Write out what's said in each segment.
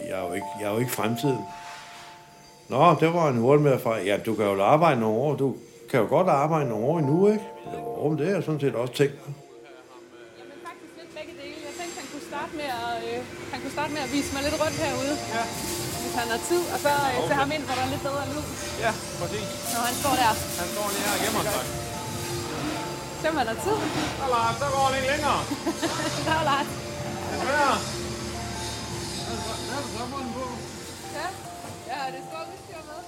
jeg er jo ikke fremtiden. Nå, det var en hurtig med at fejre. Ja, du kan jo arbejde nogle år. Du kan jo godt arbejde nogle år endnu, ikke? Jo, men det er jeg sådan set også tænkt mig. Jamen faktisk lidt begge dele. Jeg tænkte, han kunne starte med at vise mig lidt rundt herude. Ja. Hvis han har tid, og så tage ham ind, hvor der er lidt bedre lyd. Ja, præcis. Når han står der. Han står lige her og gemmer sig. Så man har tid. Så Lars, så går det ikke længere. Der er Lars. Desværre. Hvad er så på den på? Ja, det står udstyr med.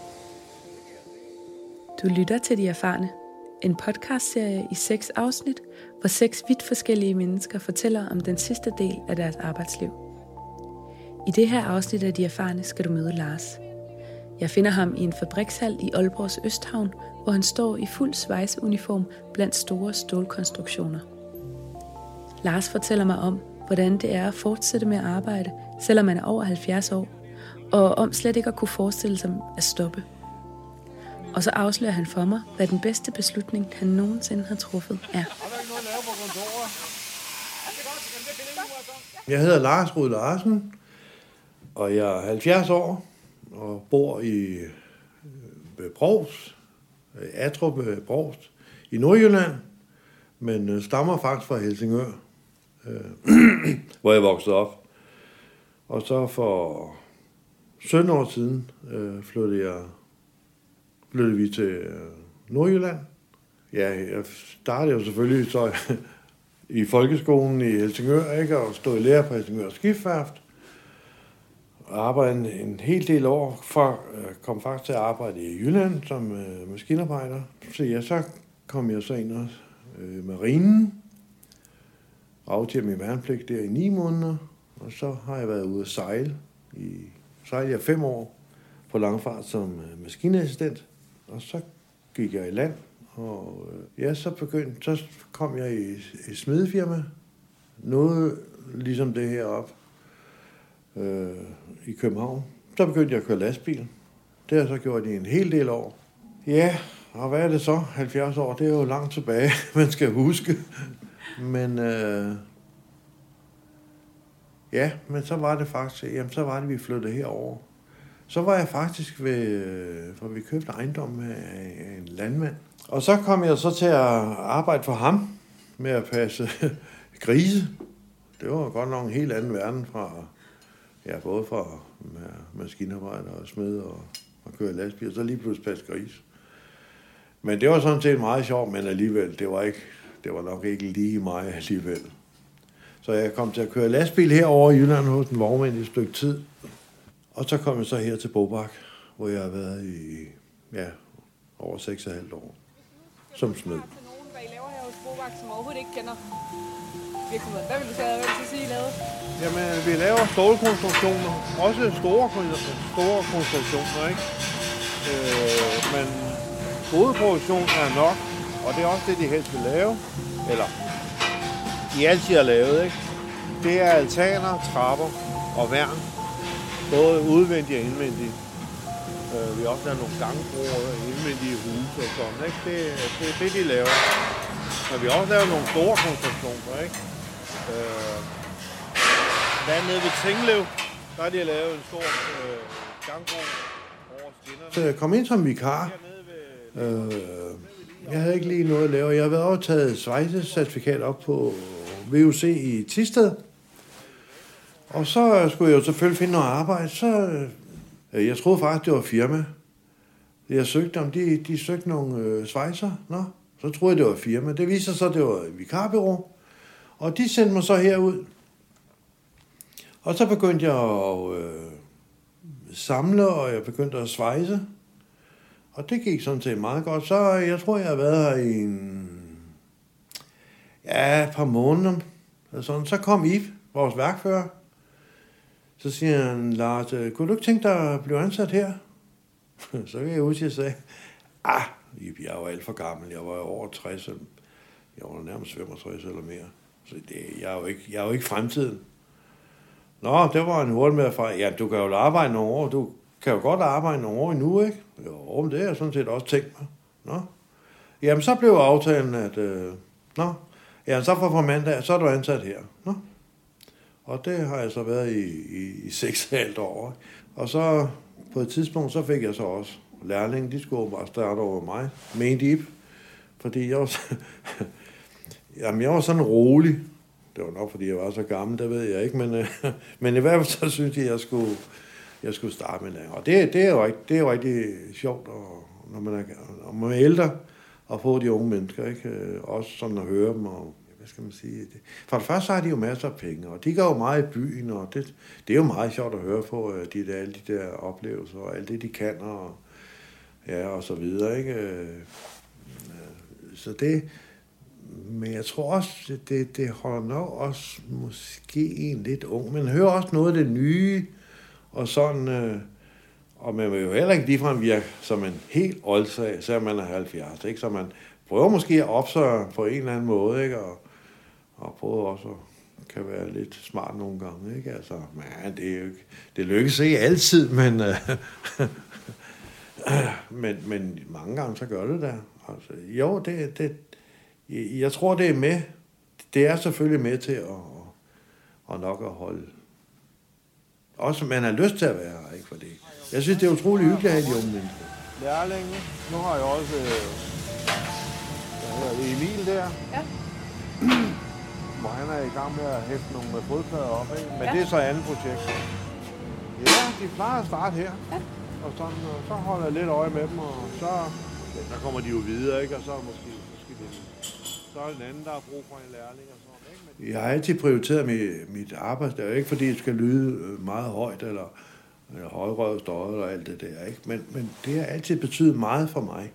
Du lytter til De Erfarne, en podcastserie i 6 afsnit, hvor 6 vidt forskellige mennesker fortæller om den sidste del af deres arbejdsliv. I det her afsnit af De Erfarne skal du møde Lars. Jeg finder ham i en fabrikshal i Aalborgs Østhavn, hvor han står i fuld svejseuniform blandt store stålkonstruktioner. Lars fortæller mig om, hvordan det er at fortsætte med at arbejde, selvom man er over 70 år, og om slet ikke at kunne forestille sig at stoppe. Og så afslører han for mig, hvad den bedste beslutning, han nogensinde har truffet, er. Jeg hedder Lars Rud Larsen, og jeg er 70 år og bor i Brovst, Atrup Brovst, i Nordjylland, men stammer faktisk fra Helsingør, hvor jeg voksede op. Og så for 17 år siden flyttede vi til Nordjylland. Ja, jeg startede jo selvfølgelig så i folkeskolen i Helsingør, ikke, og stod i lære på Helsingør Skibsværft. Og arbejdede en hel del år, kom faktisk til at arbejde i Jylland som maskinarbejder. Så kom jeg så ind og marinen, aftjente min værnepligt der i 9 måneder, og så har jeg været ude at sejle. Sejlede jeg 5 år på langfart som maskinassistent, og så gik jeg i land, og så kom jeg i et smedefirma, noget ligesom det her op i København. Så begyndte jeg at køre lastbil. Det har jeg så gjort i en hel del år. Ja, og hvad er det så? 70 år, det er jo langt tilbage, man skal huske. Men men så var det faktisk, vi flyttede herover. Så var jeg faktisk for vi købte ejendom med en landmand. Og så kom jeg så til at arbejde for ham med at passe grise. Det var godt nok en helt anden verden fra, både fra maskinarbejder og smed og køre lastbil, og så lige pludselig passe grise. Men det var sådan set meget sjovt, men alligevel, det var nok ikke lige mig alligevel. Så jeg kom til at køre lastbil herover i Jylland hos en vognmand i et stykke tid. Og så kom jeg så her til Bobak, hvor jeg har været i over 6,5 år som smed. Hvad I laver her hos Bobak, som overhovedet ikke kender virksomheden? Hvad vil du sige, I lavede? Jamen, vi laver stålkonstruktioner. Også store konstruktioner, ikke? Men hovedproduktion er nok, og det er også det, de helst vil lave. Eller, de altid har lavet, ikke? Det er altaner, trapper og værn. Både udvendige og indvendige. Vi har også lavet nogle gangbroer, indvendige huse og sådan, ikke? Det er det, de laver. Men vi har også lavet nogle store konstruktioner, ikke? Nede ved Tinglev, der har de lavet en stor gangbro over skinner. Så jeg kom ind som vikar. Jeg havde ikke lige noget at lave. Jeg havde været overtaget svejsecertifikat op på VUC i Thisted. Og så skulle jeg jo selvfølgelig finde noget arbejde. Jeg troede faktisk, det var firma. Jeg søgte om, de søgte nogle svejser. Så troede jeg, det var firma. Det viste sig så, det var et vikarbureau. Og de sendte mig så herud. Og så begyndte jeg at samle, og jeg begyndte at svejse. Og det gik sådan set meget godt. Så jeg tror, jeg har været her i et par måneder. Så kom Yves, vores værkfører. Så siger han, Lars, kunne du ikke tænke dig at blive ansat her? Så kan jeg huske, at jeg sagde, Yves, jeg var alt for gammel. Jeg var over 60. Jeg var nærmest 65 eller mere. Så jeg er jo ikke fremtiden. Nå, det var en hurtig med at fejre. Ja, du kan jo arbejde nogle år. Du kan jo godt arbejde nogle år endnu, ikke? Jo, men det har jeg sådan set også tænkt mig. Nå. Jamen, så blev aftalen, at så fra mandag, så er du ansat her. Nå. Og det har jeg så været i 6,5 år. Og så på et tidspunkt, så fik jeg så også lærlinge. De skulle bare starte over mig, mente Ib. Fordi jeg var sådan rolig. Det var nok, fordi jeg var så gammel, det ved jeg ikke. Men i hvert fald så synes jeg, jeg skulle starte med det. Og det er jo rigtig sjovt, når man er ældre, og få de unge mennesker, ikke? Også sådan at høre dem, og hvad skal man sige? For det første så har de jo masser af penge, og de går jo meget i byen, og det er jo meget sjovt at høre på alle de der oplevelser, og alt det, de kan, og så videre, ikke? Så det... Men jeg tror også, det holder nok også måske en lidt ung. Man hører også noget af det nye, og sådan... Og man vil jo heller ikke ligefrem virke som en helt oldsag, selvom man er 70, ikke? Så man prøver måske at opsøge på en eller anden måde, ikke? Og prøver også at kan være lidt smart nogle gange, ikke? Altså, man, det er jo ikke... Det lykkes ikke altid, men... men mange gange så gør det der. Altså, jo, jeg tror, det er med. Det er selvfølgelig med til at nok at holde. Også man har lyst til at være her, ikke for det. Jeg synes, det er utrolig hyggeligt at have de unge mennesker. Lærlinge. Nu har jeg også Emil der. Ja. Hvor han er i gang med at hæfte nogle fodplader op, ikke? Men det er så et andet projekt. Ja, de plejer at starte her. Ja. Og så holder jeg lidt øje med dem, og så kommer de jo videre, ikke? Og så måske så er en anden, der har brug for en lærling og sådan, ikke? Men jeg har altid prioriteret mit arbejde. Det er jo ikke, fordi det skal lyde meget højt, eller højrøvet støjet, eller alt det der, ikke? Men det har altid betydet meget for mig.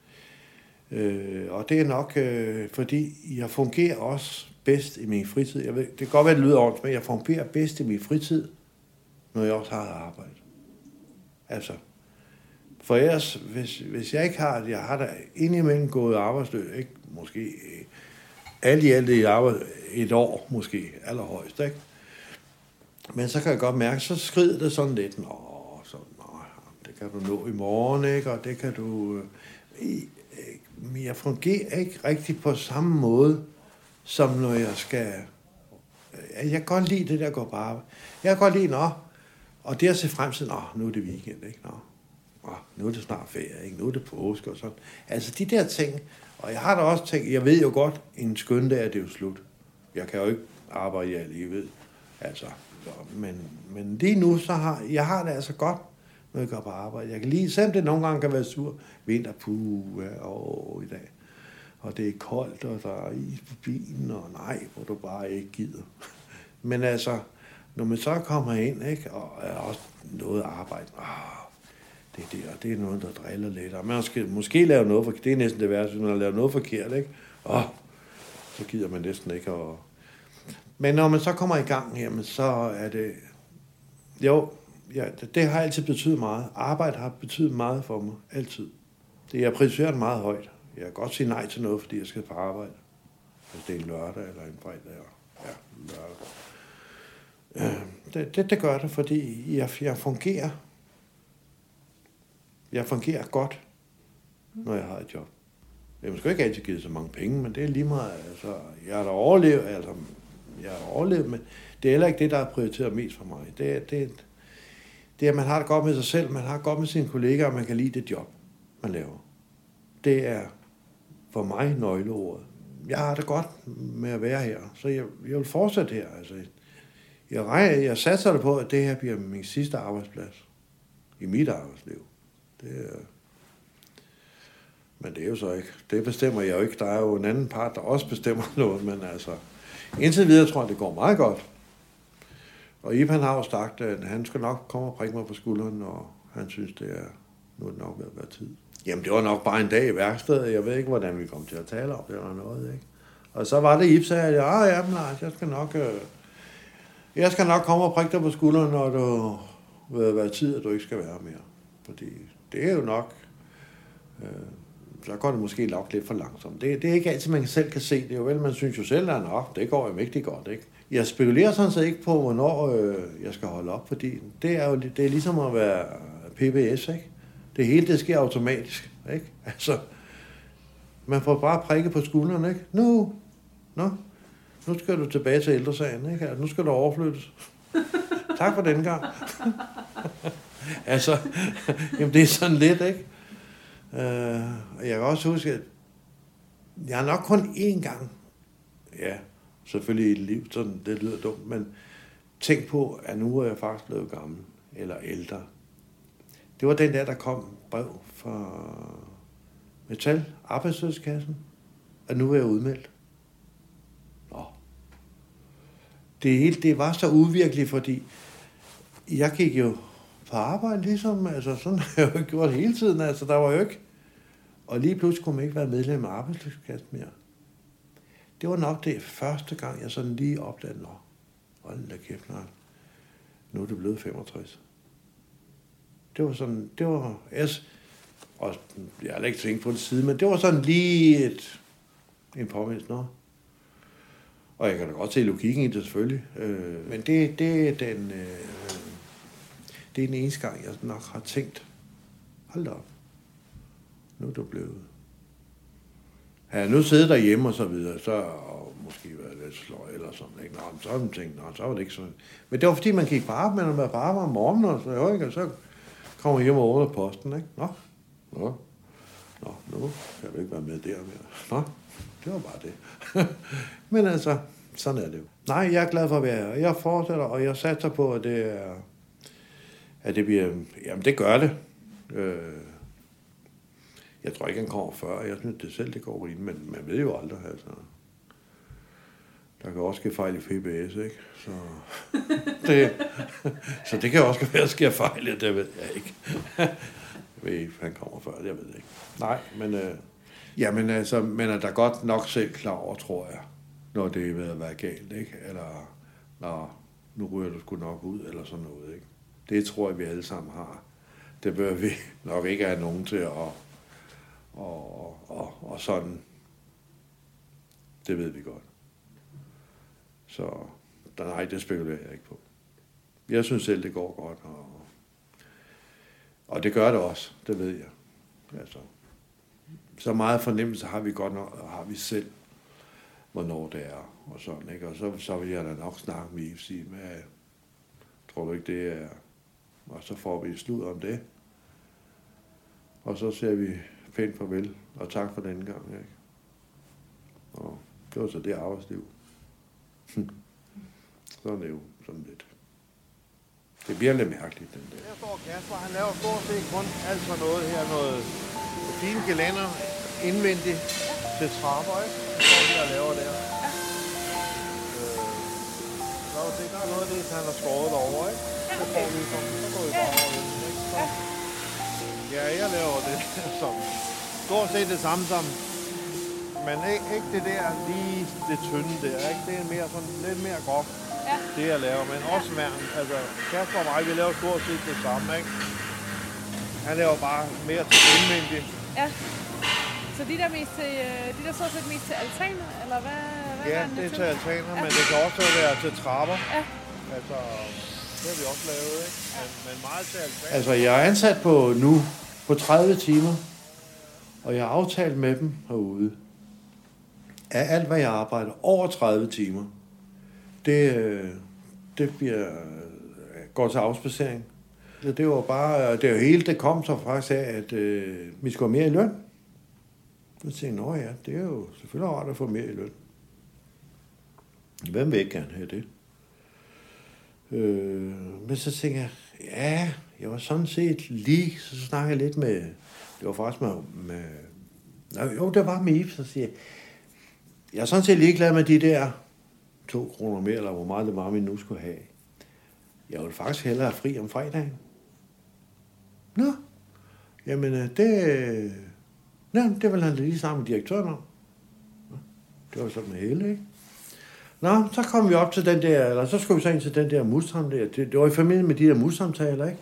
Og det er nok, fordi jeg fungerer også bedst i min fritid. Jeg ved, det kan godt være, det lyder ordentligt, men jeg fungerer bedst i min fritid, når jeg også har et arbejde. Altså, for ellers, hvis jeg ikke har det, jeg har da indimellem gået arbejdsløs, ikke? Måske alt i alt i arbejde et år, måske allerhøjst, ikke? Men så kan jeg godt mærke, så skrider det sådan lidt, det kan du nå i morgen, ikke? Og det kan du... Men jeg fungerer ikke rigtig på samme måde, som når jeg skal... Jeg kan godt lide det der går på arbejde. Jeg kan godt lide, og det at se frem til, nu er det weekend, ikke? Nu er det snart ferie, ikke? Nu er det påske og sådan. Altså de der ting, og jeg har da også tænkt, jeg ved jo godt, en skøn dag er det jo slut. Jeg kan jo ikke arbejde i alligevel. Altså, men lige nu, så har jeg det altså godt, når jeg går på arbejde. Jeg kan lige, selvom det nogle gange kan være sur, vinter, i dag. Og det er koldt, og der er is på bilen, og nej, hvor du bare ikke gider. Men altså, når man så kommer ind, ikke, og er også noget arbejde, det er noget, der driller lidt. Og man skal måske lave noget forkert. Det er næsten det værste, når man laver noget forkert, ikke? Så gider man næsten ikke. Men når man så kommer i gang her, så er det... Jo, det har altid betydet meget. Arbejde har betydet meget for mig. Altid. Det er prioriteret meget højt. Jeg kan godt sige nej til noget, fordi jeg skal på arbejde. Hvis det er en lørdag eller en fredag. Ja, lørdag. Det gør det, fordi jeg fungerer. Jeg fungerer godt, når jeg har et job. Jeg har ikke altid givet så mange penge, men det er lige meget. Altså, jeg har overlevet, men det er heller ikke det, der er prioriteret mest for mig. Det er, at man har det godt med sig selv, man har det godt med sine kollegaer, og man kan lide det job, man laver. Det er for mig nøgleordet. Jeg har det godt med at være her, så jeg vil fortsætte her. Altså, jeg satser det på, at det her bliver min sidste arbejdsplads i mit arbejdsliv. Men det er jo så ikke. Det bestemmer jeg jo ikke. Der er jo en anden part, der også bestemmer noget, men altså, indtil videre tror jeg, det går meget godt. Og Ipan har jo sagt, at han skal nok komme og prikke mig på skulderen, og han synes, nu er det nok ved at være tid. Jamen, det var nok bare en dag i værkstedet. Jeg ved ikke, hvordan vi kom til at tale om det eller noget, ikke? Og så var det Ip, sagde jeg, Lars, jeg skal nok komme og prikke dig på skulderen, når du vil være tid, at du ikke skal være mere. Fordi det er jo nok... så går det måske nok lidt for langsomt. Det er ikke altid, man selv kan se det. Jo vel, man synes jo selv, at det går jo mægtigt godt, ikke? Jeg spekulerer sådan set ikke på, hvornår jeg skal holde op, fordi det er ligesom at være PBS, ikke? Det hele, det sker automatisk, ikke? Altså, man får bare prikke på skulderen, ikke? nu skal du tilbage til ældresagen, ikke? Nu skal du overflyttes. Tak for den gang. Altså, jamen det er sådan lidt, ikke? Jeg kan også huske, at jeg har nok kun én gang, ja, selvfølgelig i et liv, sådan det lyder dumt, men tænk på, at nu er jeg faktisk blevet gammel, eller ældre. Det var den der kom brev fra Metal, arbejdsløskassen, og nu er jeg udmeldt. Nå. Det var så uvirkeligt, fordi jeg gik jo på arbejde ligesom, altså sådan har jeg jo ikke gjort hele tiden, altså der var jo ikke. Og lige pludselig kunne man ikke være medlem af arbejdsløskassen mere. Det var nok det første gang, jeg sådan lige opdagede, hold da kæft, nu er det blevet 65. Det var sådan, og jeg har ikke tænkt på det side, men det var sådan lige en påmindelse, Og jeg kan da godt se logikken i det selvfølgelig, men det er den eneste gang, jeg nok har tænkt, hold da op, nu er du blevet. Havde jeg nu siddet derhjemme og så videre, så måske været lidt sløj eller sådan, ikke? Så har man tænkt, så var det ikke sådan. Men det var fordi, man gik på arbejde, man var på arbejde om morgenen, og så kommer hjem og ordner posten, ikke? Nå, nu kan du ikke være med der mere. Det var bare det. Men altså, sådan er det jo. Nej, jeg er glad for at være her. Jeg fortsætter, og jeg satser på, at det bliver... Jamen, det gør det. Jeg tror ikke, han kommer før. Jeg synes, det selv det går ind, men man ved jo aldrig, altså. Der kan også ske fejl i PBS, ikke? Så det kan også være, at der sker fejl, det ved jeg ikke. Jeg ved ikke, han kommer før, jeg ved det ikke. Nej, men men er der godt nok selv klar over, tror jeg, når det er ved at være galt, ikke? Eller, nu ryger du sgu nok ud, eller sådan noget, ikke? Det tror jeg, vi alle sammen har. Det bør vi nok ikke have nogen til at og sådan. Det ved vi godt. Så nej, det spekulerer jeg ikke på. Jeg synes selv, det går godt, og det gør det også, det ved jeg. Altså, så meget fornemmelse har vi godt nok, har vi selv, hvornår det er, og sådan, ikke? Og så vil jeg da nok snakke med Yves, sige, hvad tror du ikke, det er? Og så får vi et slud om det. Og så ser vi pænt farvel, og tak for denne gang, ikke? Og det var så det arbejdsliv. Sådan er det jo sådan lidt. Det bliver lidt mærkeligt, den der. Her står Kasper, han laver stort set kun alt sådan noget her, noget fine gelænder indvendigt til trapper, ikke? Det står her og laver der. Der er noget af det, han har skåret derovre, ikke? Så får vi så går vi bare over det, ikke? Så. Ja, jeg laver det som stort set det samme som, men ikke det der lige det tynde der, ikke? Det er mere sådan lidt mere groft, det jeg laver, men også værn. Altså, Kasper og mig, vi laver stort set det samme, ikke? Han laver bare mere til indvendigt. Ja. Så de der stort set mest til altaner, eller hvad ja, det er til altaner, men det kan også være til trapper. Ja. Altså, det har vi også lavet, ikke? Men meget til altaner. Altså, jeg er ansat på 30 timer, og jeg har aftalt med dem herude, at alt, hvad jeg arbejder over 30 timer, det går til afspacering. Det var bare, det kom så faktisk af, at vi skulle have mere i løn. Så tænkte jeg, det er jo selvfølgelig rart at få mere i løn. Hvem vil ikke gerne have det? Men så tænkte jeg, jeg var sådan set lige, så snakkede jeg lidt med, det var faktisk det var med Yves, så siger jeg er sådan set ligeglad med de der 2 kroner mere, eller hvor meget det var, vi nu skulle have. Jeg ville faktisk hellere have fri om fredagen. Nå, jamen det vil han lige sammen med direktøren om. Det var sådan med hele, ikke? Nå, så kom vi op til den der, eller så skulle vi så ind til den der mustam der. Det var i familie med de der mustamtaler, ikke?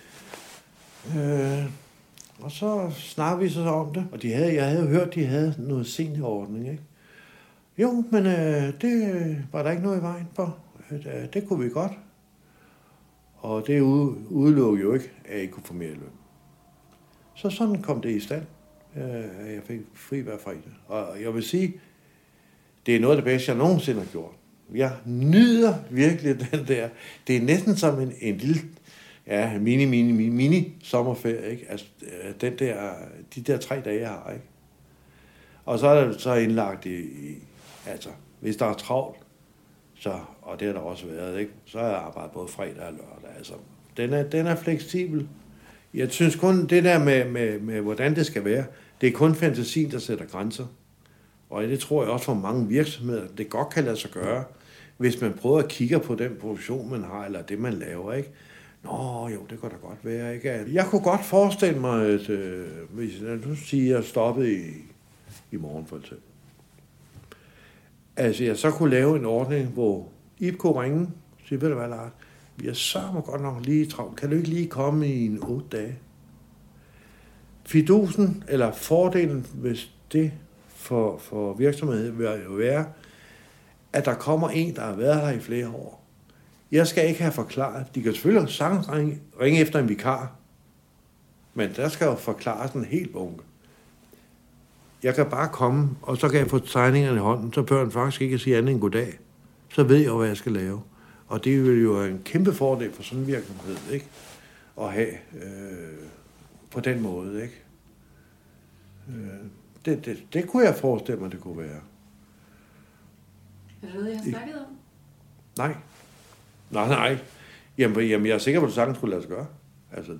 Og så snakkede vi så om det, og jeg havde hørt, de havde noget seniorordning, ikke? Jo, men det var der ikke noget i vejen for. Det kunne vi godt. Og det udelukkede jo ikke, at jeg kunne få mere løn. Så sådan kom det i stand. Jeg fik fri hver fredag. Og jeg vil sige, Det er noget af det bedste, jeg nogensinde har gjort. Jeg nyder virkelig den der. Det er næsten som en lille mini sommerferie, ikke? Altså, de der 3 dage, jeg har, ikke? Og så er det så indlagt altså, hvis der er travlt, så, og det har der også været, ikke? Så har jeg arbejdet både fredag og lørdag. Altså, den er fleksibel. Jeg synes kun, det der med hvordan det skal være, det er kun fantasien, der sætter grænser. Og det tror jeg også for mange virksomheder, det godt kan lade sig gøre, hvis man prøver at kigge på den produktion, man har, eller det, man laver, ikke? Nå, jo, det kan da godt være, ikke? Jeg kunne godt forestille mig, at hvis jeg stoppede i morgen, for eksempel. Altså, jeg så kunne lave en ordning, hvor Ib kunne ringe, sige, ved du hvad, Lars, vi har sørget godt nok lige travlt. Kan du ikke lige komme i 8 dage? Fidusen, eller fordelen, hvis det for virksomheden vil jo være, at der kommer en, der har været her i flere år. Jeg skal ikke have forklaret. De kan selvfølgelig sagtens ringe efter en vikar, men der skal jo forklares en hel bunke. Jeg kan bare komme, og så kan jeg få tegningerne i hånden, så bør han faktisk ikke sige andet end goddag. Så ved jeg jo, hvad jeg skal lave. Og det vil jo en kæmpe fordel for sådan en virksomhed, ikke? At have på den måde, ikke? Det kunne jeg forestille mig, det kunne være. Er det noget, jeg har snakket om? Nej. Nej. Jamen, jeg er sikker på, at du sagtens skulle lade sig gøre. Altså,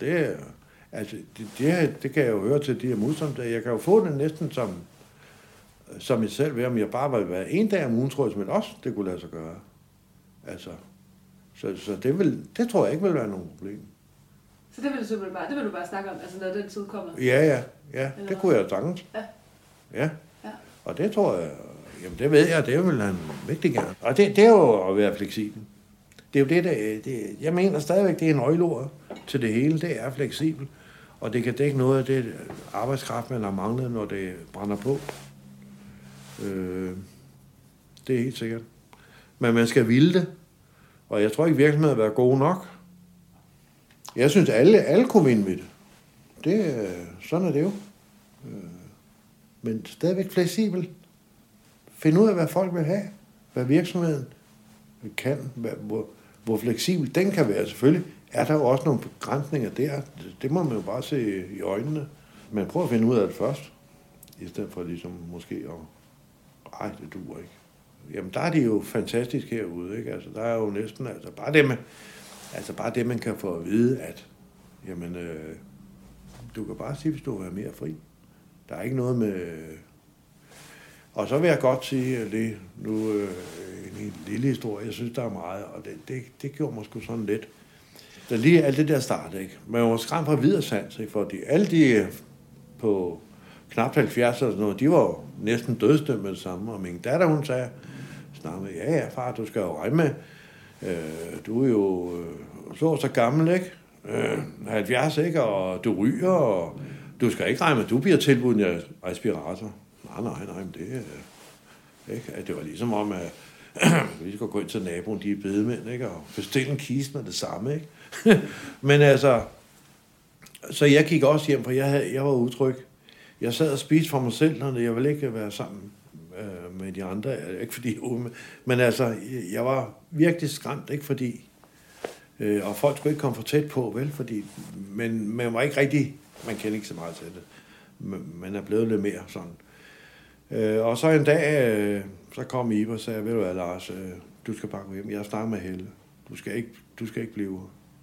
det kan jeg jo høre til de her modstandere. Jeg kan jo få det næsten som jeg selv vil. Om jeg bare vil være 1 dag om ugen, tror jeg simpelthen også, det kunne lade sig gøre. Altså, så det tror jeg ikke vil være nogen problem. Så det vil du bare snakke om, altså når den tid kommer? Ja, det kunne jeg sagtens. Ja. Og det tror jeg, jamen det ved jeg, det vil han vigtigt gerne. Og det er jo at være fleksibel. Det er jo det, jeg mener stadigvæk, det er nøgleord til det hele, det er fleksibel. Og det kan dække noget af det arbejdskraft, man har manglet, når det brænder på. Det er helt sikkert. Men man skal ville det. Og jeg tror ikke, virksomheden har været gode nok. Jeg synes, alle kunne vinde med det. Sådan er det jo. Men stadigvæk fleksibel. Find ud af, hvad folk vil have. Hvad virksomheden kan. Hvor fleksibel den kan være. Selvfølgelig er der jo også nogle begrænsninger der. Det må man jo bare se i øjnene. Men prøv at finde ud af det først. I stedet for ligesom måske at det duer ikke. Jamen, der er de jo fantastisk herude, ikke? Altså, der er jo næsten, bare det, man kan få at vide, at, jamen, du kan bare sige, hvis du vil være mere fri. Der er ikke noget med... Og så vil jeg godt sige, at det nu en lille historie, jeg synes, der er meget, og det gjorde mig sgu sådan lidt. Da lige alt det der startede, ikke? Man var skræmt fra videresans, ikke? Fordi alle de på knap 70 eller sådan noget, de var jo næsten dødsdømt med det samme. Og min datter, hun sagde, ja, far, du skal jo regne med, du er jo så gammel, ikke? 70, ikke? Og du ryger, og du skal ikke regne med, at du bliver tilbudt en respirator. Nej, men det ikke? At det var ligesom om, at vi skal gå ind til naboen, de er bedemænd, ikke? Og bestille en kiste med det samme, ikke? Men altså, så jeg gik også hjem, for jeg var utryg. Jeg sad og spiste for mig selv, når jeg ville ikke være sammen med de andre, ikke fordi men altså, jeg var virkelig skræmt, ikke fordi, og folk skulle ikke komme for tæt på, vel, fordi, men man var ikke rigtig, man kender ikke så meget til det, man er blevet lidt mere sådan. Og så en dag, så kom Ibe og sagde, ved du hvad, Lars, du skal bare gå hjem, jeg snakker med Helle, du skal ikke blive.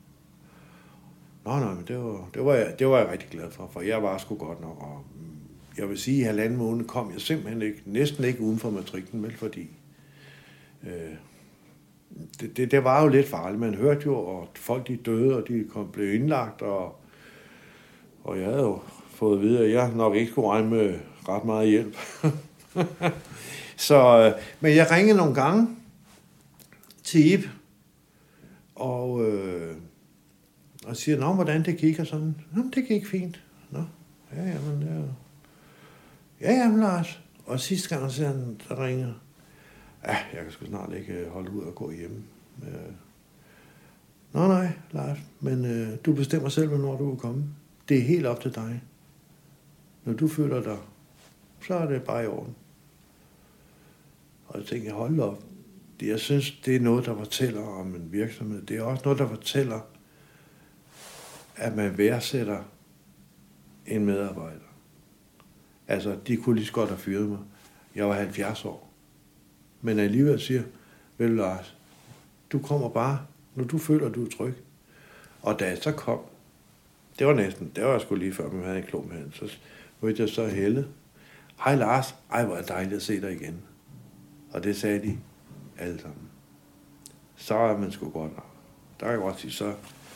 Nej, men det var jeg rigtig glad for jeg var sgu godt nok, og jeg vil sige, at 1,5 måned kom jeg simpelthen næsten ikke uden for matriklen, vel, fordi det var jo lidt farligt. Man hørte jo, og folk de døde, og de blev indlagt, og jeg havde jo fået at vide, at jeg nok ikke skulle regne med ret meget hjælp. Så, men jeg ringede nogle gange til Ib, og siger, nå, hvordan det gik, og sådan. Nå, det gik fint. Nå, jamen, Lars. Og sidste gang, så han, der ringer, jeg kan sgu snart ikke holde ud og gå hjem. Nej, Lars, men du bestemmer selv, hvornår du vil komme. Det er helt op til dig. Når du føler dig, så er det bare i orden. Og jeg tænkte, hold op. Jeg synes, det er noget, der fortæller om en virksomhed. Det er også noget, der fortæller, at man værdsætter en medarbejder. Altså, de kunne lige så godt have fyret mig. Jeg var 70 år. Men alligevel siger, vel Lars, du kommer bare, når du føler, du er tryg. Og da jeg så kom, det var sgu lige før, man havde en klump med så mødte jeg så Helle. Hej Lars, hvor er det dejligt at se dig igen. Og det sagde de alle sammen. Så er man sgu godt. Der kan jeg godt sige, så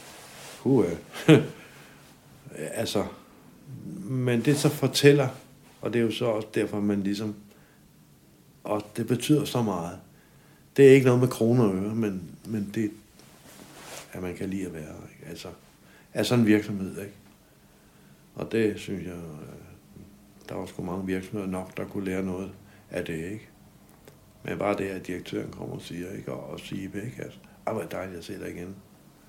altså, men det så fortæller, og det er jo så også derfor, man ligesom, og det betyder så meget. Det er ikke noget med kroner og øre, men det, at man kan lide at være, ikke? Altså, er sådan en virksomhed, ikke? Og det synes jeg, der var sgu mange virksomheder nok, der kunne lære noget af det, ikke? Men bare det, at direktøren kommer og siger, ikke? Og siger, ikke? Altså, hvor er det dejligt at se dig igen.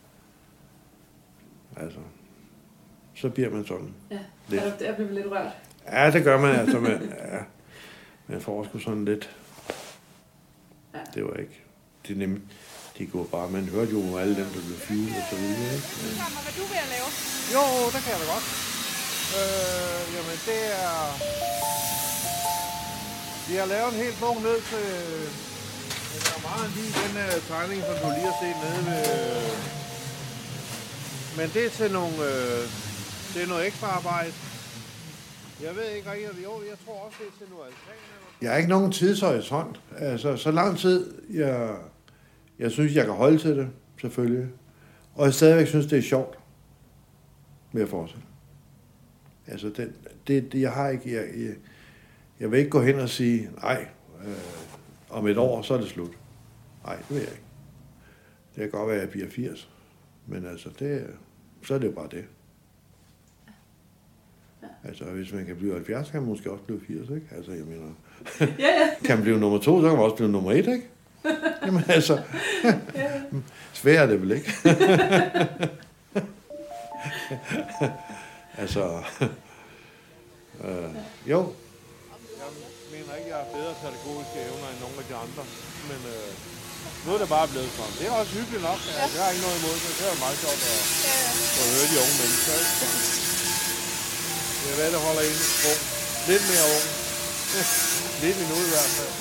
Altså, så bliver man sådan. Ja, der bliver lidt rørt. Ja, det gør man altså. Man får sgu sådan lidt. Ja. Det var ikke. Det er nemt. De går bare, man hørte jo alle dem, der blev fyret og så videre, ikke? Ja. Hvad du ved at lave? Jo, det kan jeg da godt. Jamen, det er... Vi har lavet en helt bog ned til... Der er meget lige den tegning, som du lige har set nede ved... Men det er til nogle... det er noget ekstra arbejde. Jeg ved ikke rigtig, jo, jeg tror også, det er til noget altan. Jeg har ikke nogen tidshorisont. Altså, så lang tid, jeg synes, jeg kan holde til det, selvfølgelig. Og jeg stadigvæk synes, det er sjovt med at fortsætte. Altså, jeg har ikke... Jeg vil ikke gå hen og sige, nej, om et år, så er det slut. Nej, det vil jeg ikke. Det kan godt være, at jeg bliver 80. Men altså, så er det jo bare det. Altså, hvis man kan blive 70, kan man måske også blive 80, ikke? Altså, jeg mener... Kan man blive nummer 2, så kan man også blive nummer 1, ikke? Jamen altså... Svært er det vel ikke? Altså... jo. Jeg mener ikke, jeg har bedre pædagogiske evner end nogle af de andre, men nu er det bare blevet sådan. Det er også hyggeligt nok. Jeg har ikke noget imod det. Det er meget sjovt at høre de unge mennesker. Jeg ved, det holder en ung. Lidt mere ung. Lidt endnu i hvert fald.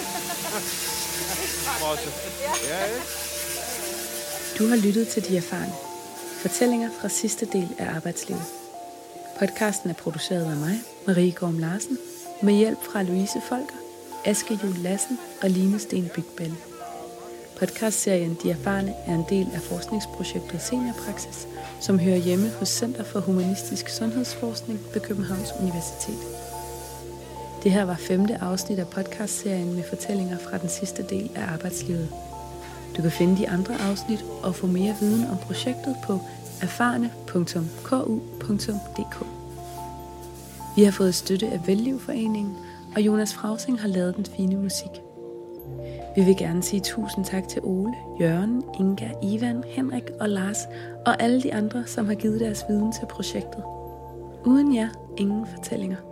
Ja, ikke? Du har lyttet til De Erfarne. Fortællinger fra sidste del af arbejdslivet. Podcasten er produceret af mig, Marie Gorm Larsen, med hjælp fra Louise Folker, Aske Juhl Lassen og Line Sten Bygballe. Podcastserien De Erfarne er en del af forskningsprojektet Seniorpraksis, som hører hjemme hos Center for Humanistisk Sundhedsforskning ved Københavns Universitet. Det her var 5. afsnit af podcastserien med fortællinger fra den sidste del af arbejdslivet. Du kan finde de andre afsnit og få mere viden om projektet på erfarne.ku.dk. Vi har fået støtte af Vellivforeningen, og Jonas Frausing har lavet den fine musik. Vi vil gerne sige tusind tak til Ole, Jørgen, Inga, Ivan, Henrik og Lars og alle de andre, som har givet deres viden til projektet. Uden jer, ingen fortællinger.